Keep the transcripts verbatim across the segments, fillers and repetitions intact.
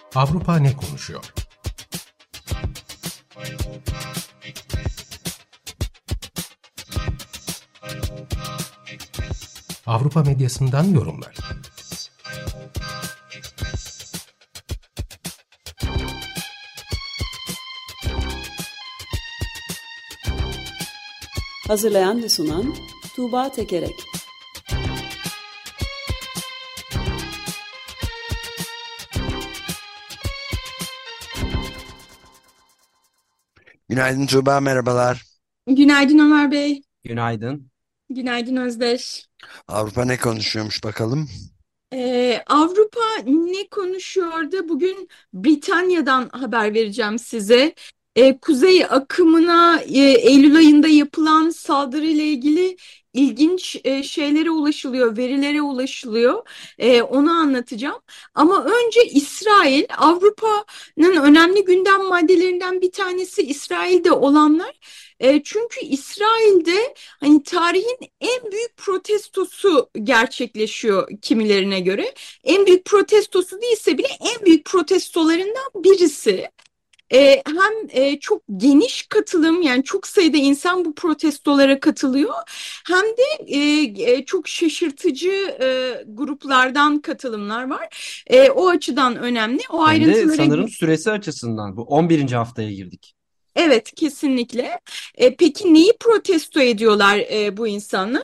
Avrupa ne konuşuyor? Avrupa medyasından yorumlar. Hazırlayan ve sunan Tuğba Tekerek. Günaydın Tuğba, merhabalar. Günaydın Ömer Bey. Günaydın. Günaydın Özdeş. Avrupa ne konuşuyormuş bakalım? Ee, Avrupa ne konuşuyor da bugün Britanya'dan haber vereceğim size. Ee, kuzey akımına e, Eylül ayında yapılan saldırıyla ilgili ilginç e, şeylere ulaşılıyor, verilere ulaşılıyor. Ee, onu anlatacağım. Ama önce İsrail, Avrupa'nın önemli gündem maddelerinden bir tanesi İsrail'de olanlar. E, çünkü İsrail'de hani tarihin en büyük protestosu gerçekleşiyor kimilerine göre. En büyük protestosu değilse bile en büyük protestolarından birisi. Ee, hem e, çok geniş katılım, yani çok sayıda insan bu protestolara katılıyor, hem de e, e, çok şaşırtıcı e, gruplardan katılımlar var. E, o açıdan önemli. O Hem de ayrıntılara sanırım süresi açısından bu on birinci haftaya girdik. evet, kesinlikle. E, peki neyi protesto ediyorlar e, bu insanlar?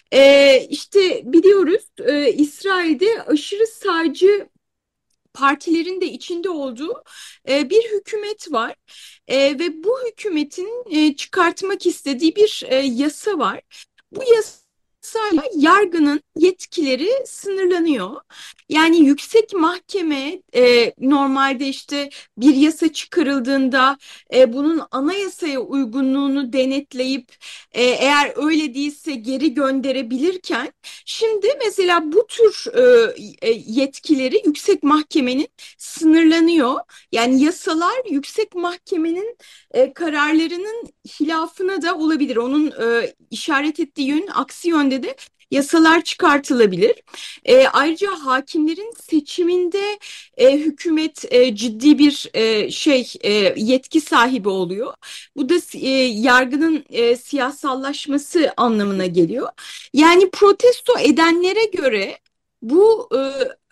E, işte biliyoruz, e, İsrail'de aşırı sağcı partilerin de içinde olduğu e, bir hükümet var. E, ve bu hükümetin e, çıkartmak istediği bir e, yasa var. Bu yasayla yargının yetkileri sınırlanıyor. Yani yüksek mahkeme e, normalde işte bir yasa çıkarıldığında e, bunun anayasaya uygunluğunu denetleyip e, eğer öyle değilse geri gönderebilirken, şimdi mesela bu tür e, e, yetkileri yüksek mahkemenin sınırlanıyor. Yani yasalar yüksek mahkemenin e, kararlarının hilafına da olabilir. Onun e, işaret ettiği yönün aksi yönde de yasalar çıkartılabilir. E, ayrıca hakimlerin seçiminde e, hükümet e, ciddi bir e, şey e, yetki sahibi oluyor. Bu da e, yargının e, siyasallaşması anlamına geliyor. Yani protesto edenlere göre bu e,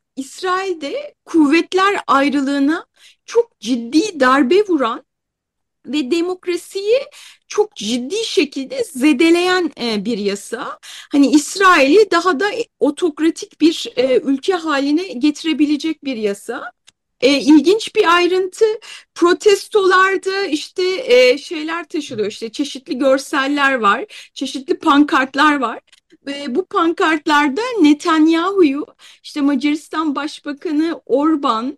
İsrail'de kuvvetler ayrılığına çok ciddi darbe vuran ve demokrasiyi çok ciddi şekilde zedeleyen e, bir yasa. Hani İsrail'i daha da otokratik bir e, ülke haline getirebilecek bir yasa. E, ilginç bir ayrıntı, protestolarda işte e, şeyler taşılıyor, işte çeşitli görseller var, çeşitli pankartlar var. Ve bu pankartlarda Netanyahu'yu, işte Macaristan Başbakanı Orban,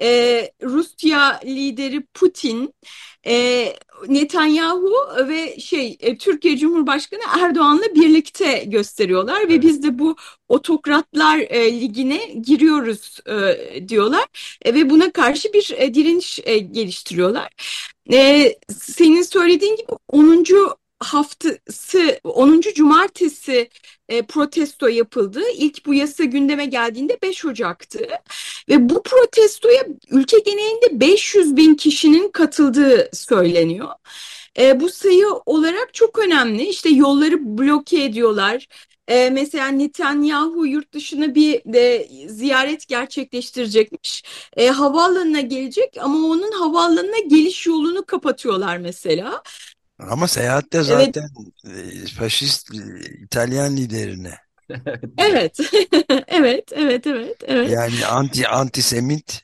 e, Rusya lideri Putin, e, Netanyahu ve şey e, Türkiye Cumhurbaşkanı Erdoğan'la birlikte gösteriyorlar ve Evet. biz de bu otokratlar e, ligine giriyoruz e, diyorlar. E, ve buna karşı bir e, direniş e, geliştiriyorlar. E, senin söylediğin gibi onuncu haftası, onuncu cumartesi e, protesto yapıldı. İlk bu yasa gündeme geldiğinde beş Ocak'tı. Ve bu protestoya ülke genelinde beş yüz bin kişinin katıldığı söyleniyor. E, bu sayı olarak çok önemli. İşte yolları bloke ediyorlar. E, mesela Netanyahu yurt dışına bir de ziyaret gerçekleştirecekmiş. E, havaalanına gelecek ama onun havaalanına geliş yolunu kapatıyorlar mesela. Ama seyahatte Evet, zaten e, faşist e, İtalyan liderine, Evet. evet, evet, evet, evet, evet. yani anti antisemit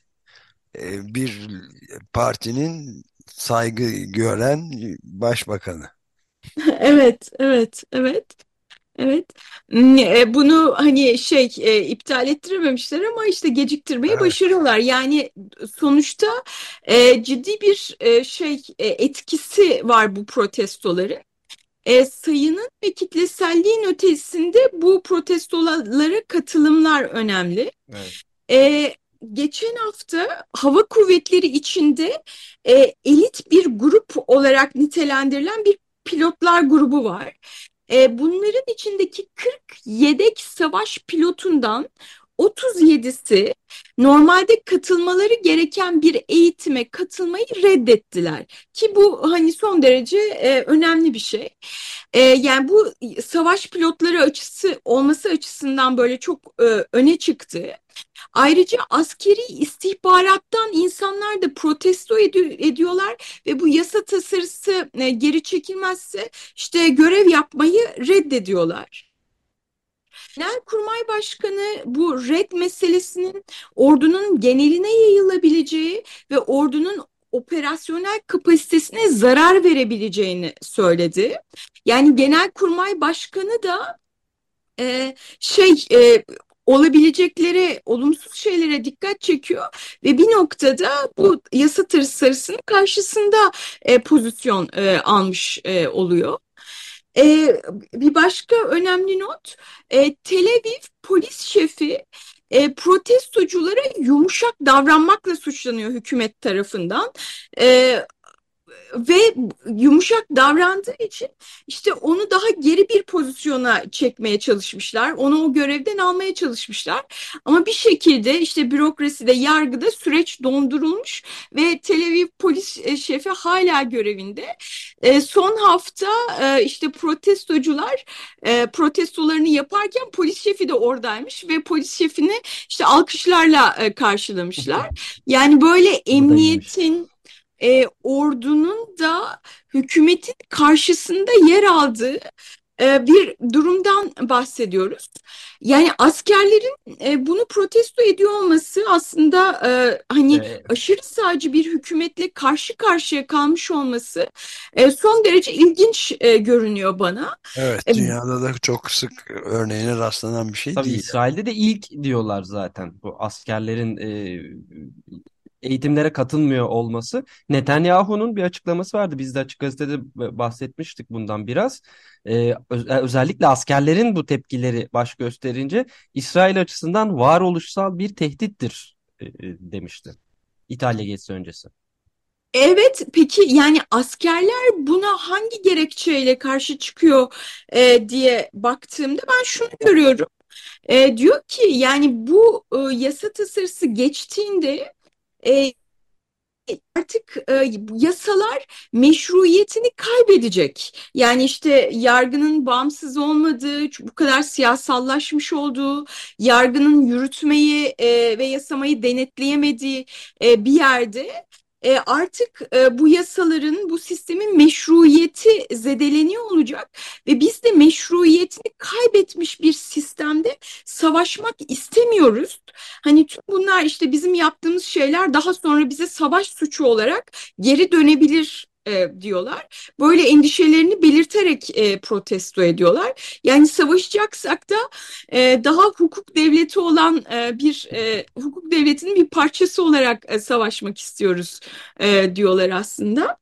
e, bir partinin saygı gören başbakanı. Evet, evet, evet. Evet. Hmm, e, Bunu hani şey e, iptal ettirememişler ama işte geciktirmeyi Evet. başarıyorlar. Yani sonuçta e, ciddi bir e, şey e, etkisi var bu protestoların. E, sayının ve kitleselliğin ötesinde bu protestolara katılımlar önemli. Evet. E, Geçen hafta hava kuvvetleri içinde e, elit bir grup olarak nitelendirilen bir pilotlar grubu var. E, bunların içindeki kırk yedek savaş pilotundan otuz yedisi normalde katılmaları gereken bir eğitime katılmayı reddettiler. Ki bu hani son derece e, önemli bir şey. E, yani bu savaş pilotları açısı olması açısından böyle çok e, öne çıktı. Ayrıca askeri istihbarattan insanlar da protesto edi- ediyorlar ve bu yasa tasarısı e, geri çekilmezse işte görev yapmayı reddediyorlar. Genelkurmay Başkanı bu red meselesinin ordunun geneline yayılabileceği ve ordunun operasyonel kapasitesine zarar verebileceğini söyledi. Yani Genelkurmay Başkanı da e, şey e, olabilecekleri olumsuz şeylere dikkat çekiyor ve bir noktada bu yasa tasarısının karşısında e, pozisyon e, almış e, oluyor. E, Bir başka önemli not, e, Tel Aviv polis şefi e, protestoculara yumuşak davranmakla suçlanıyor hükümet tarafından. E, Ve yumuşak davrandığı için işte onu daha geri bir pozisyona çekmeye çalışmışlar. Onu o görevden almaya çalışmışlar. Ama bir şekilde işte bürokraside, yargıda süreç dondurulmuş ve Tel Aviv polis e, şefi hala görevinde. E, son hafta e, işte protestocular e, protestolarını yaparken polis şefi de oradaymış ve polis şefini işte alkışlarla e, karşılamışlar. Yani böyle Bu da iyiymiş. emniyetin, e, ordunun da hükümetin karşısında yer aldığı e, bir durumdan bahsediyoruz. Yani askerlerin e, bunu protesto ediyor olması aslında e, hani Ee, aşırı sağcı bir hükümetle karşı karşıya kalmış olması e, son derece ilginç e, görünüyor bana. Evet, E, dünyada da çok sık örneğine rastlanan bir şey tabii değil. İsrail'de de ilk diyorlar zaten bu askerlerin e, eğitimlere katılmıyor olması. Netanyahu'nun bir açıklaması vardı. Biz de Açık Gazete'de bahsetmiştik bundan biraz. E, öz- özellikle askerlerin bu tepkileri baş gösterince İsrail açısından varoluşsal bir tehdittir e, e, demişti. İtalya gezisi öncesi. Evet, peki yani askerler buna hangi gerekçeyle karşı çıkıyor e, diye baktığımda ben şunu görüyorum. E, diyor ki yani bu e, yasa tasarısı geçtiğinde e, artık e, yasalar meşruiyetini kaybedecek. Yani işte yargının bağımsız olmadığı, bu kadar siyasallaşmış olduğu, yargının yürütmeyi e, ve yasamayı denetleyemediği e, bir yerde e, artık e, bu yasaların, bu sistemin meşruiyeti zedeleniyor olacak ve biz de meşruiyetini kaybetmiş bir sistemde savaşmak istemiyoruz. Hani tüm bunlar işte bizim yaptığımız şeyler daha sonra bize savaş suçu olarak geri dönebilir e, diyorlar. Böyle endişelerini belirterek e, protesto ediyorlar. Yani savaşacaksak da e, daha hukuk devleti olan e, bir e, hukuk devletinin bir parçası olarak e, savaşmak istiyoruz e, diyorlar aslında.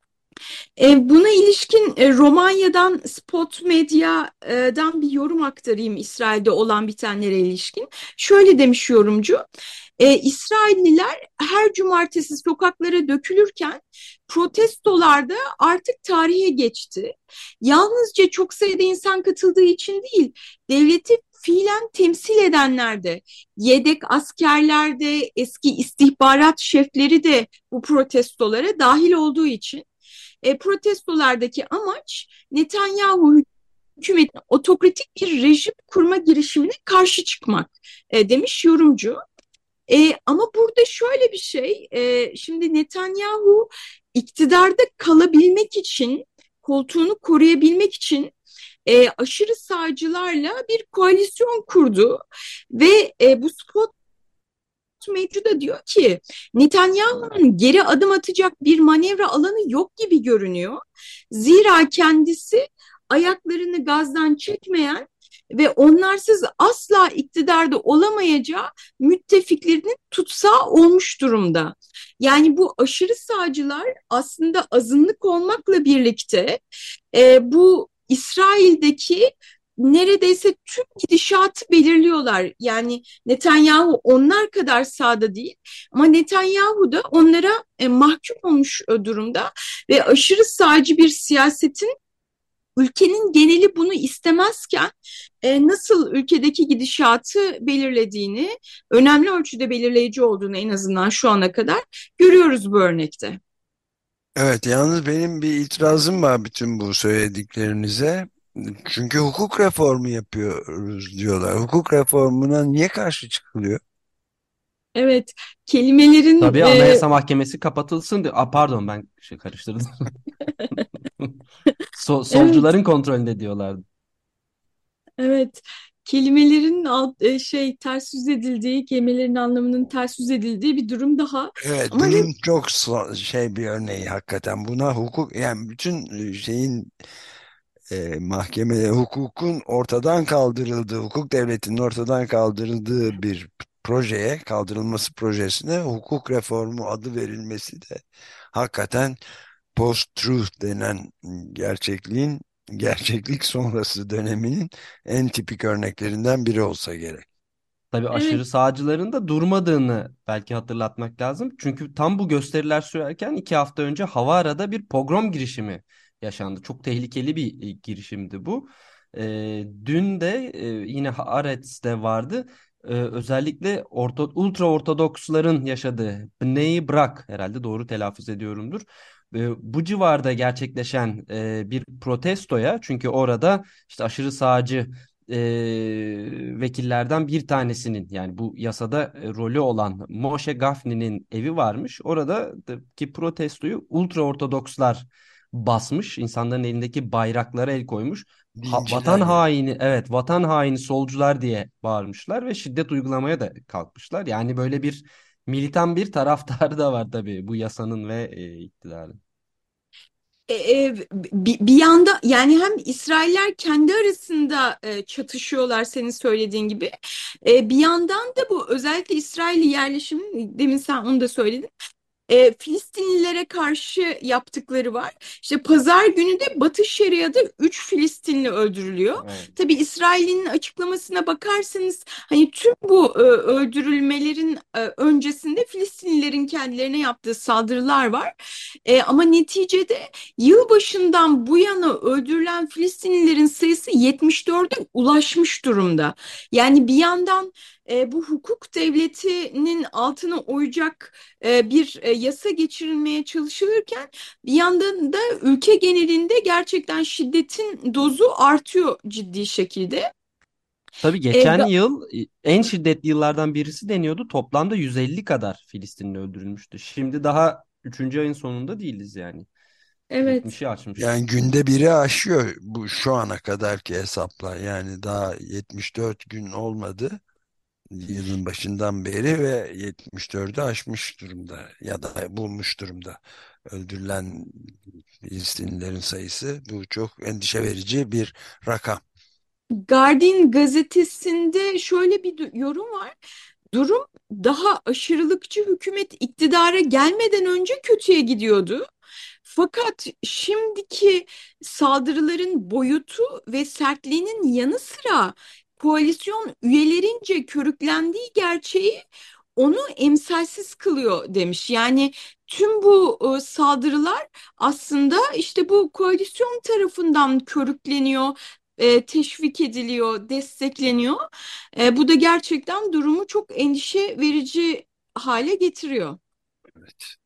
E, buna ilişkin e, Romanya'dan Spot Medya'dan bir yorum aktarayım İsrail'de olan bitenlere ilişkin. Şöyle demiş yorumcu, e, İsrailliler her cumartesi sokaklara dökülürken protestolarda artık tarihe geçti. Yalnızca çok sayıda insan katıldığı için değil, devleti fiilen temsil edenler de, yedek askerler de, eski istihbarat şefleri de bu protestolara dahil olduğu için e, protestolardaki amaç Netanyahu hükümetin otokratik bir rejim kurma girişimine karşı çıkmak e, demiş yorumcu. E, ama burada şöyle bir şey, e, şimdi Netanyahu iktidarda kalabilmek için, koltuğunu koruyabilmek için e, aşırı sağcılarla bir koalisyon kurdu ve e, bu spot mevcu da diyor ki Netanyahu'nun geri adım atacak bir manevra alanı yok gibi görünüyor. Zira kendisi ayaklarını gazdan çekmeyen ve onlarsız asla iktidarda olamayacağı müttefiklerinin tutsağı olmuş durumda. Yani bu aşırı sağcılar aslında azınlık olmakla birlikte e, bu İsrail'deki neredeyse tüm gidişatı belirliyorlar. Yani Netanyahu onlar kadar sağda değil ama Netanyahu da onlara e, mahkum olmuş e, durumda ve aşırı sağcı bir siyasetin ülkenin geneli bunu istemezken e, nasıl ülkedeki gidişatı belirlediğini, önemli ölçüde belirleyici olduğunu en azından şu ana kadar görüyoruz bu örnekte. Evet, yalnız benim bir itirazım var bütün bu söylediklerinize. Çünkü hukuk reformu yapıyoruz diyorlar. Hukuk reformuna niye karşı çıkılıyor? Evet, kelimelerin Tabii e, Anayasa Mahkemesi kapatılsın diye. Aa, pardon ben şey karıştırdım. Sol, evet, solcuların kontrolünde diyorlardı. evet, kelimelerin alt, e, şey ters yüz edildiği, kelimelerin anlamının ters yüz edildiği bir durum daha. Evet, Ama re- bunun çok so- şey bir örneği hakikaten. Buna hukuk, yani bütün e, şeyin e, mahkeme hukukun ortadan kaldırıldığı, hukuk devletinin ortadan kaldırıldığı bir projeye, kaldırılması projesine hukuk reformu adı verilmesi de hakikaten post-truth denen gerçekliğin, gerçeklik sonrası döneminin en tipik örneklerinden biri olsa gerek. Tabii evet, aşırı sağcıların da durmadığını belki hatırlatmak lazım. Çünkü tam bu gösteriler sürerken iki hafta önce Havara'da bir pogrom girişimi yaşandı. Çok tehlikeli bir e, girişimdi bu. E, Dün de e, yine Haaretz'te vardı. E, özellikle orta, ultra ortodoksların yaşadığı Bnei Brak, herhalde doğru telaffuz ediyorumdur. E, bu civarda gerçekleşen e, bir protestoya, çünkü orada işte aşırı sağcı e, vekillerden bir tanesinin, yani bu yasada e, rolü olan Moshe Gafni'nin evi varmış. Oradaki protestoyu ultraortodokslar basmış. İnsanların elindeki bayraklara el koymuş. Ha- Dinciler vatan yani. haini, evet, vatan haini solcular diye bağırmışlar ve şiddet uygulamaya da kalkmışlar. Yani böyle bir militan bir taraftarı da var tabii bu yasanın ve e, iktidarın. e, e, bir, bir yanda yani hem İsrailler kendi arasında e, çatışıyorlar senin söylediğin gibi. E, bir yandan da bu özellikle İsrail'i yerleşimin demin sen onu da söyledin. e, Filistinlilere karşı yaptıkları var. İşte pazar günü de Batı Şeria'da üç Filistinli öldürülüyor. Evet. Tabii İsrail'in açıklamasına bakarsanız hani tüm bu e, öldürülmelerin e, öncesinde Filistinlilerin kendilerine yaptığı saldırılar var. E, ama neticede yılbaşından bu yana öldürülen Filistinlilerin sayısı yetmiş dörde ulaşmış durumda. Yani bir yandan e, bu hukuk devletinin altına oyacak e, bir e, yasa geçirilmeye çalışılırken bir yandan da ülke genelinde gerçekten şiddetin dozu artıyor ciddi şekilde. Tabii E, geçen ga- yıl e, en şiddetli yıllardan birisi deniyordu. Toplamda yüz elli kadar Filistinli öldürülmüştü. Şimdi daha üçüncü ayın sonunda değiliz yani. evet. yetmişi aşmış. Yani günde biri aşıyor bu şu ana kadarki hesapla. Yani daha yetmiş dört gün olmadı yılın başından beri ve yetmiş dördü aşmış durumda ya da bulmuş durumda öldürülen Filistinlilerin sayısı. Bu çok endişe verici bir rakam. Guardian gazetesinde şöyle bir du- yorum var. Durum daha aşırılıkçı hükümet iktidara gelmeden önce kötüye gidiyordu. Fakat şimdiki saldırıların boyutu ve sertliğinin yanı sıra koalisyon üyelerince körüklendiği gerçeği onu emsalsiz kılıyor demiş. Yani tüm bu e, saldırılar aslında işte bu koalisyon tarafından körükleniyor, e, teşvik ediliyor, destekleniyor. E, bu da gerçekten durumu çok endişe verici hale getiriyor. Evet.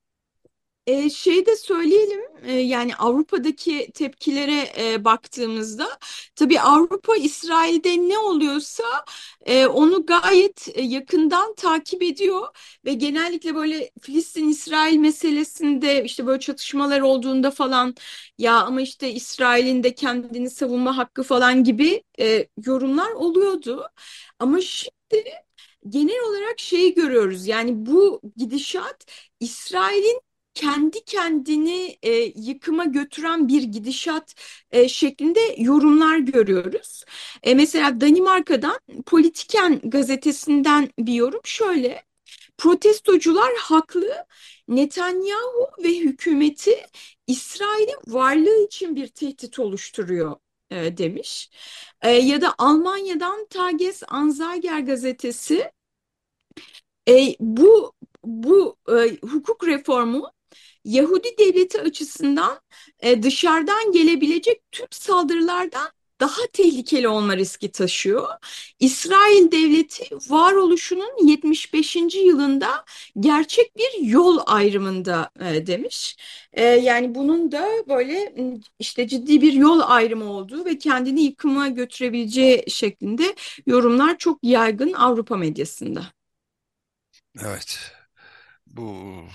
E, şey de söyleyelim e, yani Avrupa'daki tepkilere e, baktığımızda tabii Avrupa İsrail'de ne oluyorsa e, onu gayet e, yakından takip ediyor ve genellikle böyle Filistin-İsrail meselesinde işte böyle çatışmalar olduğunda falan ya ama işte İsrail'in de kendini savunma hakkı falan gibi e, yorumlar oluyordu. Ama şimdi genel olarak şeyi görüyoruz yani bu gidişat İsrail'in kendi kendini e, yıkıma götüren bir gidişat e, şeklinde yorumlar görüyoruz. E, mesela Danimarka'dan Politiken gazetesinden bir yorum şöyle. Protestocular haklı. Netanyahu ve hükümeti İsrail'in varlığı için bir tehdit oluşturuyor e, demiş. E, ya da Almanya'dan Tages Anzeiger gazetesi e, bu bu e, hukuk reformu Yahudi devleti açısından e, dışarıdan gelebilecek tüm saldırılardan daha tehlikeli olma riski taşıyor. İsrail devleti varoluşunun yetmiş beşinci yılında gerçek bir yol ayrımında e, demiş. E, yani bunun da böyle işte ciddi bir yol ayrımı olduğu ve kendini yıkıma götürebileceği şeklinde yorumlar çok yaygın Avrupa medyasında. Evet. Bu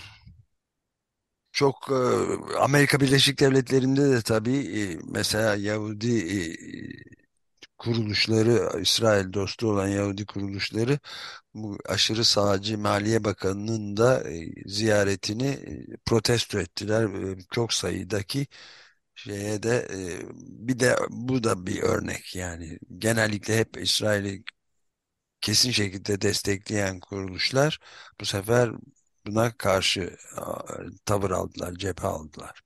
çok e, Amerika Birleşik Devletleri'nde de tabii e, mesela Yahudi e, kuruluşları, İsrail dostu olan Yahudi kuruluşları bu aşırı sağcı Maliye Bakanı'nın da e, ziyaretini e, protesto ettiler. E, çok sayıdaki şeye de e, bir de bu da bir örnek yani genellikle hep İsrail'i kesin şekilde destekleyen kuruluşlar bu sefer buna karşı a, tavır aldılar, cephe aldılar.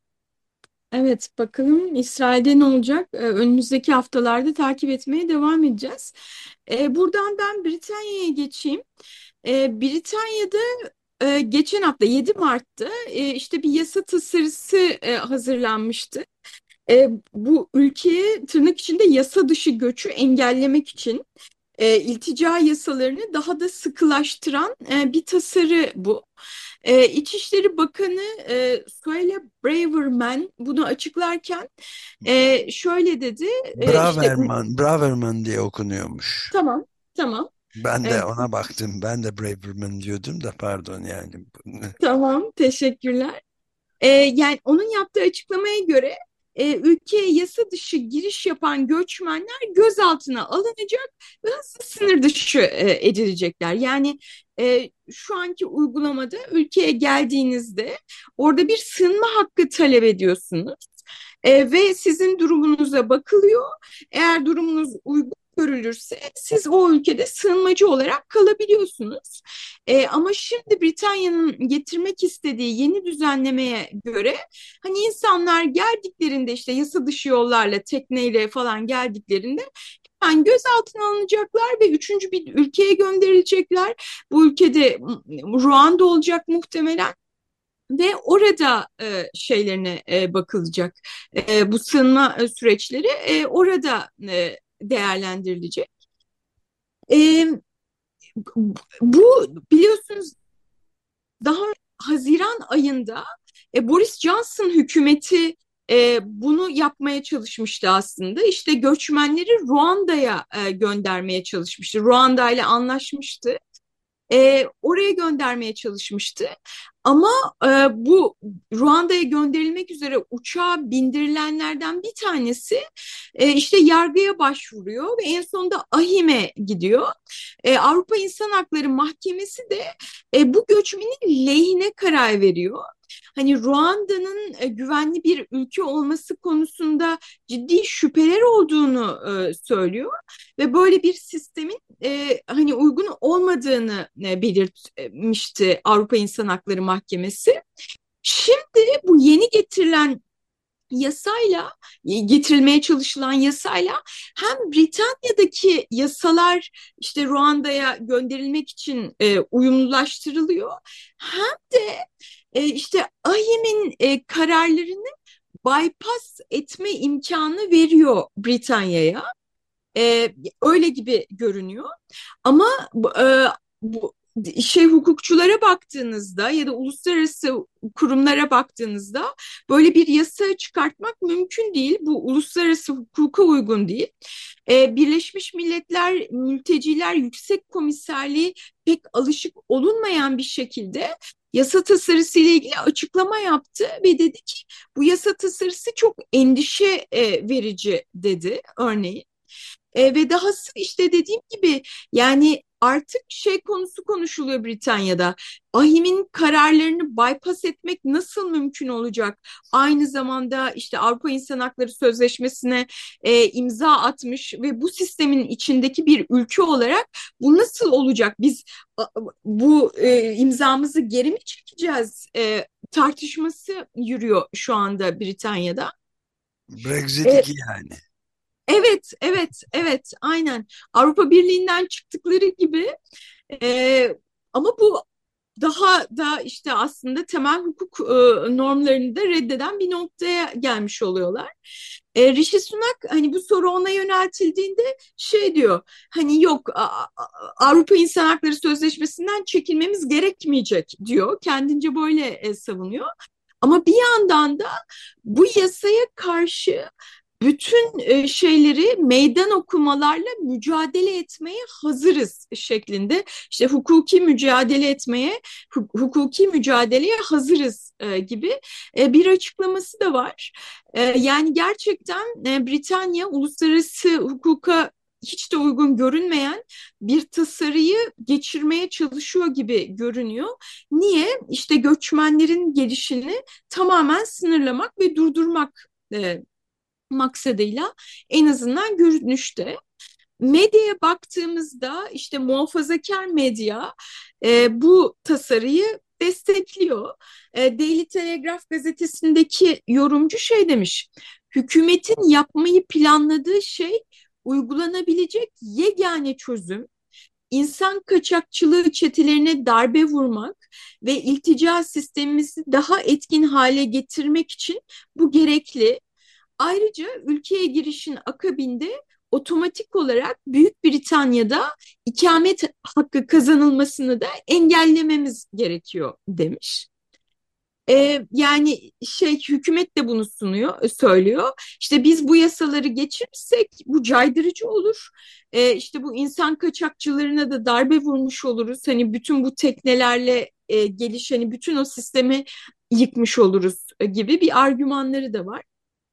Evet, bakalım İsrail'de ne olacak? Ee, önümüzdeki haftalarda takip etmeye devam edeceğiz. Ee, buradan ben Britanya'ya geçeyim. Ee, Britanya'da e, geçen hafta yedi Mart'ta e, işte bir yasa tasarısı e, hazırlanmıştı. E, bu ülkeye tırnak içinde yasa dışı göçü engellemek için e, iltica yasalarını daha da sıkılaştıran e, bir tasarı bu. E, İçişleri Bakanı e, Suella Braverman bunu açıklarken e, şöyle dedi, e, işte Braverman, Braverman diye okunuyormuş. tamam, tamam. Ben E, de ona baktım. Ben de Braverman diyordum da pardon yani. tamam, teşekkürler. E, yani onun yaptığı açıklamaya göre e, ülkeye yasa dışı giriş yapan göçmenler gözaltına alınacak ve hızlı sınır dışı e, edilecekler. Yani e, şu anki uygulamada ülkeye geldiğinizde orada bir sığınma hakkı talep ediyorsunuz. E, ve sizin durumunuza bakılıyor. Eğer durumunuz uygun görülürse siz o ülkede sığınmacı olarak kalabiliyorsunuz. E, ama şimdi Britanya'nın getirmek istediği yeni düzenlemeye göre hani insanlar geldiklerinde işte yasa dışı yollarla tekneyle falan geldiklerinde hemen gözaltına alınacaklar ve üçüncü bir ülkeye gönderilecekler. Bu ülkede Ruanda olacak muhtemelen ve orada e, şeylerine e, bakılacak. E, bu sığınma e, süreçleri e, orada e, değerlendirilecek. E, bu biliyorsunuz daha Haziran ayında e, Boris Johnson hükümeti e, bunu yapmaya çalışmıştı aslında. İşte göçmenleri Ruanda'ya e, göndermeye çalışmıştı. Ruanda ile anlaşmıştı. E, oraya göndermeye çalışmıştı. Ama e, bu Ruanda'ya gönderilmek üzere uçağa bindirilenlerden bir tanesi e, işte yargıya başvuruyor ve en sonunda AİHM'e gidiyor. E, Avrupa İnsan Hakları Mahkemesi de e, bu göçmenin lehine karar veriyor. Hani Ruanda'nın e, güvenli bir ülke olması konusunda ciddi şüpheler olduğunu e, söylüyor ve böyle bir sistemin e, hani uygun olmadığını e, belirtmişti Avrupa İnsan Hakları Mahkemesi. Şimdi bu yeni getirilen yasayla getirilmeye çalışılan yasayla hem Britanya'daki yasalar işte Ruanda'ya gönderilmek için e, uyumlulaştırılıyor hem de e, işte AİHM'in e, kararlarını bypass etme imkanı veriyor Britanya'ya. E, öyle gibi görünüyor. Ama e, bu şey hukukçulara baktığınızda ya da uluslararası kurumlara baktığınızda böyle bir yasa çıkartmak mümkün değil. Bu uluslararası hukuka uygun değil. E, Birleşmiş Milletler Mülteciler Yüksek Komiserliği pek alışık olunmayan bir şekilde yasa tasarısı ile ilgili açıklama yaptı ve dedi ki bu yasa tasarısı çok endişe e, verici dedi örneğin. E, ve dahası işte dediğim gibi yani artık şey konusu konuşuluyor Britanya'da. AİHM'in kararlarını bypass etmek nasıl mümkün olacak? Aynı zamanda işte Avrupa İnsan Hakları Sözleşmesi'ne e, imza atmış ve bu sistemin içindeki bir ülke olarak bu nasıl olacak? Biz bu e, imzamızı geri mi çekeceğiz? E, tartışması yürüyor şu anda Britanya'da. Brexit E, iki yani. Evet, evet, evet, aynen. Avrupa Birliği'nden çıktıkları gibi e, ama bu daha da işte aslında temel hukuk e, normlarını da reddeden bir noktaya gelmiş oluyorlar. E, Rishi Sunak hani bu soru ona yöneltildiğinde şey diyor, hani yok A- A- Avrupa İnsan Hakları Sözleşmesi'nden çekilmemiz gerekmeyecek diyor. Kendince böyle e, savunuyor. Ama bir yandan da bu yasaya karşı bütün e, şeyleri meydan okumalarla mücadele etmeye hazırız şeklinde, işte hukuki mücadele etmeye, hu- hukuki mücadeleye hazırız e, gibi e, bir açıklaması da var. E, yani gerçekten e, Britanya uluslararası hukuka hiç de uygun görünmeyen bir tasarıyı geçirmeye çalışıyor gibi görünüyor. Niye? İşte göçmenlerin gelişini tamamen sınırlamak ve durdurmak e, maksadıyla, en azından görünüşte. Medyaya baktığımızda işte muhafazakar medya e, bu tasarıyı destekliyor. E, Daily Telegraph gazetesindeki yorumcu şey demiş: hükümetin yapmayı planladığı şey uygulanabilecek yegane çözüm, insan kaçakçılığı çetelerine darbe vurmak ve iltica sistemimizi daha etkin hale getirmek için bu gerekli. Ayrıca ülkeye girişin akabinde otomatik olarak Büyük Britanya'da ikamet hakkı kazanılmasını da engellememiz gerekiyor demiş. Ee, yani şey, hükümet de bunu sunuyor, söylüyor. İşte biz bu yasaları geçirirsek bu caydırıcı olur. Ee, işte bu insan kaçakçılarına da darbe vurmuş oluruz. Hani bütün bu teknelerle e, geliş, hani bütün o sistemi yıkmış oluruz e, gibi bir argümanları da var.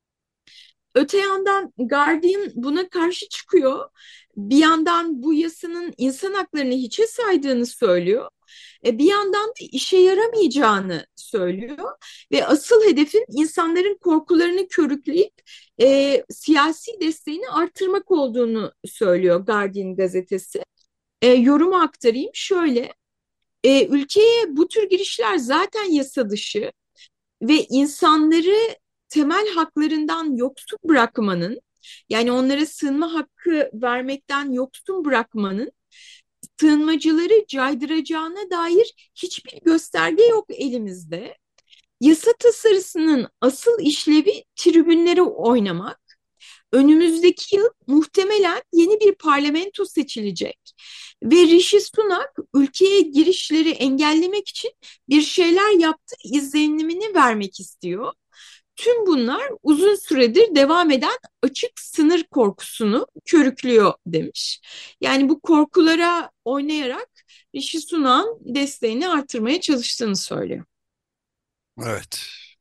Öte yandan Guardian buna karşı çıkıyor. Bir yandan bu yasanın insan haklarını hiçe saydığını söylüyor. E, bir yandan da işe yaramayacağını söylüyor ve asıl hedefin insanların korkularını körükleyip e, siyasi desteğini artırmak olduğunu söylüyor Guardian gazetesi. E, yorumu aktarayım şöyle: e, ülkeye bu tür girişler zaten yasa dışı ve insanları temel haklarından yoksun bırakmanın, yani onlara sığınma hakkı vermekten yoksun bırakmanın sığınmacıları caydıracağına dair hiçbir gösterge yok elimizde. Yasa tasarısının asıl işlevi tribünlere oynamak. Önümüzdeki yıl muhtemelen yeni bir parlamento seçilecek ve Rishi Sunak ülkeye girişleri engellemek için bir şeyler yaptığı izlenimini vermek istiyor. Tüm bunlar uzun süredir devam eden açık sınır korkusunu körüklüyor demiş. Yani bu korkulara oynayarak Rishi Sunak'ın desteğini artırmaya çalıştığını söylüyor. Evet.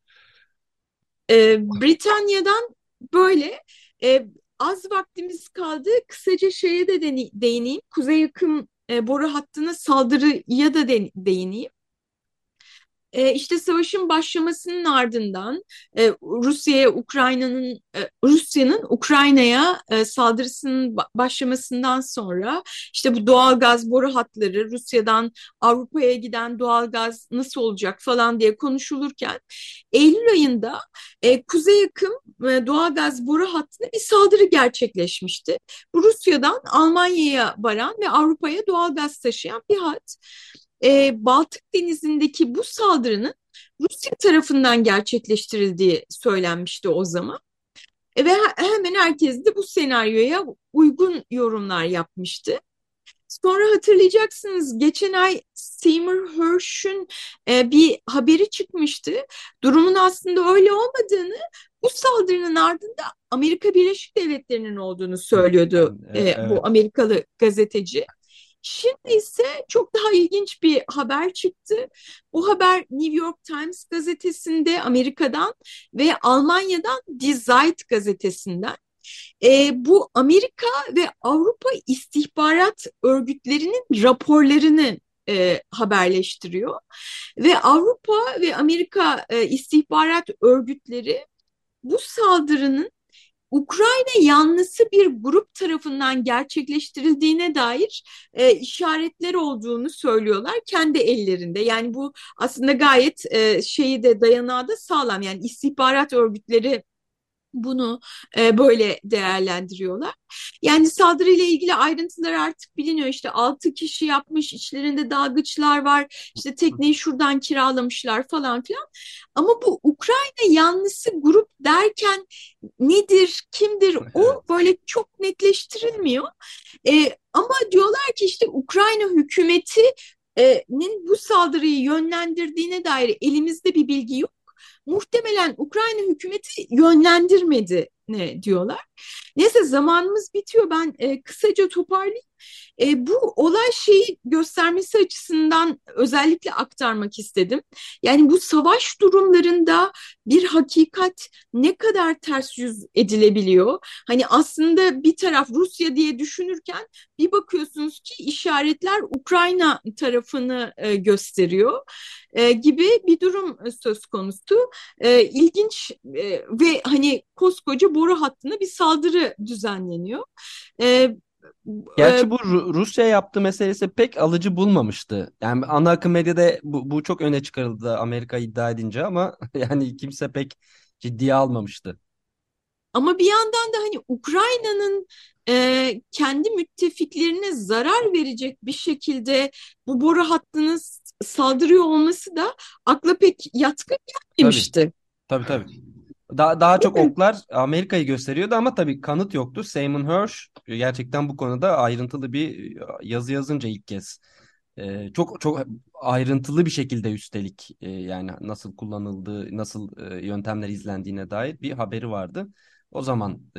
Ee, Britanya'dan böyle e, az vaktimiz kaldı. Kısaca şeye de deni- değineyim. Kuzey yakın e, boru hattına saldırıya da de- değineyim. E, işte savaşın başlamasının ardından e, Rusya'ya Ukrayna'nın e, Rusya'nın Ukrayna'ya e, saldırısının ba- başlamasından sonra işte bu doğalgaz boru hatları, Rusya'dan Avrupa'ya giden doğalgaz nasıl olacak falan diye konuşulurken Eylül ayında e, Kuzey Akım e, doğalgaz boru hattına bir saldırı gerçekleşmişti. Bu Rusya'dan Almanya'ya varan ve Avrupa'ya doğalgaz taşıyan bir hat. E, Baltık Denizi'ndeki bu saldırının Rusya tarafından gerçekleştirildiği söylenmişti o zaman. E, ve hemen herkes de bu senaryoya uygun yorumlar yapmıştı. Sonra hatırlayacaksınız, geçen ay Seymour Hersh'ün e, bir haberi çıkmıştı. Durumun aslında öyle olmadığını, bu saldırının ardında Amerika Birleşik Devletleri'nin olduğunu söylüyordu E, e, Evet. bu Amerikalı gazeteci. Şimdi ise çok daha ilginç bir haber çıktı. Bu haber New York Times gazetesinde Amerika'dan ve Almanya'dan Die Zeit gazetesinden. E, bu Amerika ve Avrupa istihbarat örgütlerinin raporlarını e, haberleştiriyor. Ve Avrupa ve Amerika e, istihbarat örgütleri bu saldırının Ukrayna yanlısı bir grup tarafından gerçekleştirildiğine dair e, işaretler olduğunu söylüyorlar kendi ellerinde. Yani bu aslında gayet e, şeyi de, dayanağı da sağlam. Yani istihbarat örgütleri Bunu e, böyle değerlendiriyorlar. Yani saldırıyla ilgili ayrıntılar artık biliniyor. İşte altı kişi yapmış, içlerinde dalgıçlar var. İşte tekneyi şuradan kiralamışlar falan filan. Ama bu Ukrayna yanlısı grup derken nedir, kimdir o Evet. böyle çok netleştirilmiyor. E, ama diyorlar ki işte Ukrayna hükümetinin bu saldırıyı yönlendirdiğine dair elimizde bir bilgi yok. Muhtemelen Ukrayna hükümeti yönlendirmedi ne diyorlar. Neyse zamanımız bitiyor. Ben e, kısaca toparlayayım. E, bu olay şeyi göstermesi açısından özellikle aktarmak istedim. Yani bu savaş durumlarında bir hakikat ne kadar ters yüz edilebiliyor? Hani aslında bir taraf Rusya diye düşünürken bir bakıyorsunuz ki işaretler Ukrayna tarafını e, gösteriyor e, gibi bir durum söz konusu. E, ilginç e, ve hani koskoca boru hattına bir saldırı düzenleniyor. E, e, Gerçi bu Ru- Rusya yaptığı meselesi pek alıcı bulmamıştı. Yani ana akım medyada bu, bu çok öne çıkarıldı Amerika iddia edince ama yani kimse pek ciddiye almamıştı. Ama bir yandan da hani Ukrayna'nın e, kendi müttefiklerine zarar verecek bir şekilde bu boru hattının s- saldırıyor olması da akla pek yatkın Tabii, gelmemişti. tabii tabii. Daha, daha çok Değil mi? oklar Amerika'yı gösteriyordu ama tabii kanıt yoktu. Simon Hersh gerçekten bu konuda ayrıntılı bir yazı yazınca ilk kez e, çok çok ayrıntılı bir şekilde üstelik e, yani nasıl kullanıldığı, nasıl e, yöntemler izlendiğine dair bir haberi vardı. O zaman e,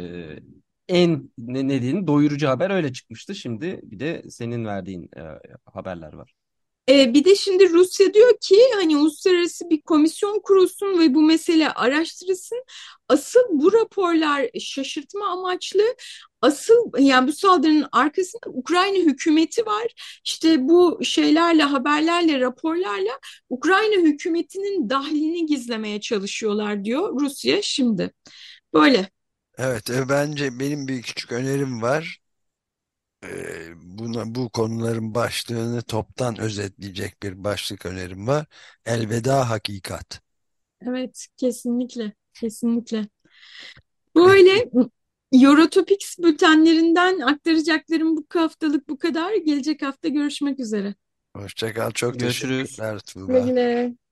en ne, ne diyeyim doyurucu haber öyle çıkmıştı. Şimdi bir de senin verdiğin e, haberler var. E, bir de şimdi Rusya diyor ki hani uluslararası bir komisyon kurulsun ve bu mesele araştırılsın. Asıl bu raporlar şaşırtma amaçlı. Asıl yani bu saldırının arkasında Ukrayna hükümeti var. İşte bu şeylerle, haberlerle, raporlarla Ukrayna hükümetinin dahlini gizlemeye çalışıyorlar diyor Rusya şimdi. Böyle. Evet, e, bence benim bir küçük önerim var. E, buna bu konuların başlığını toptan özetleyecek bir başlık önerim var. Elveda hakikat. Evet, kesinlikle, kesinlikle. Böyle Eurotopics bültenlerinden aktaracaklarım bu haftalık bu kadar. Gelecek hafta görüşmek üzere. Hoşça kal. Çok Görüşürüz. teşekkürler Güle Tuğba. güle.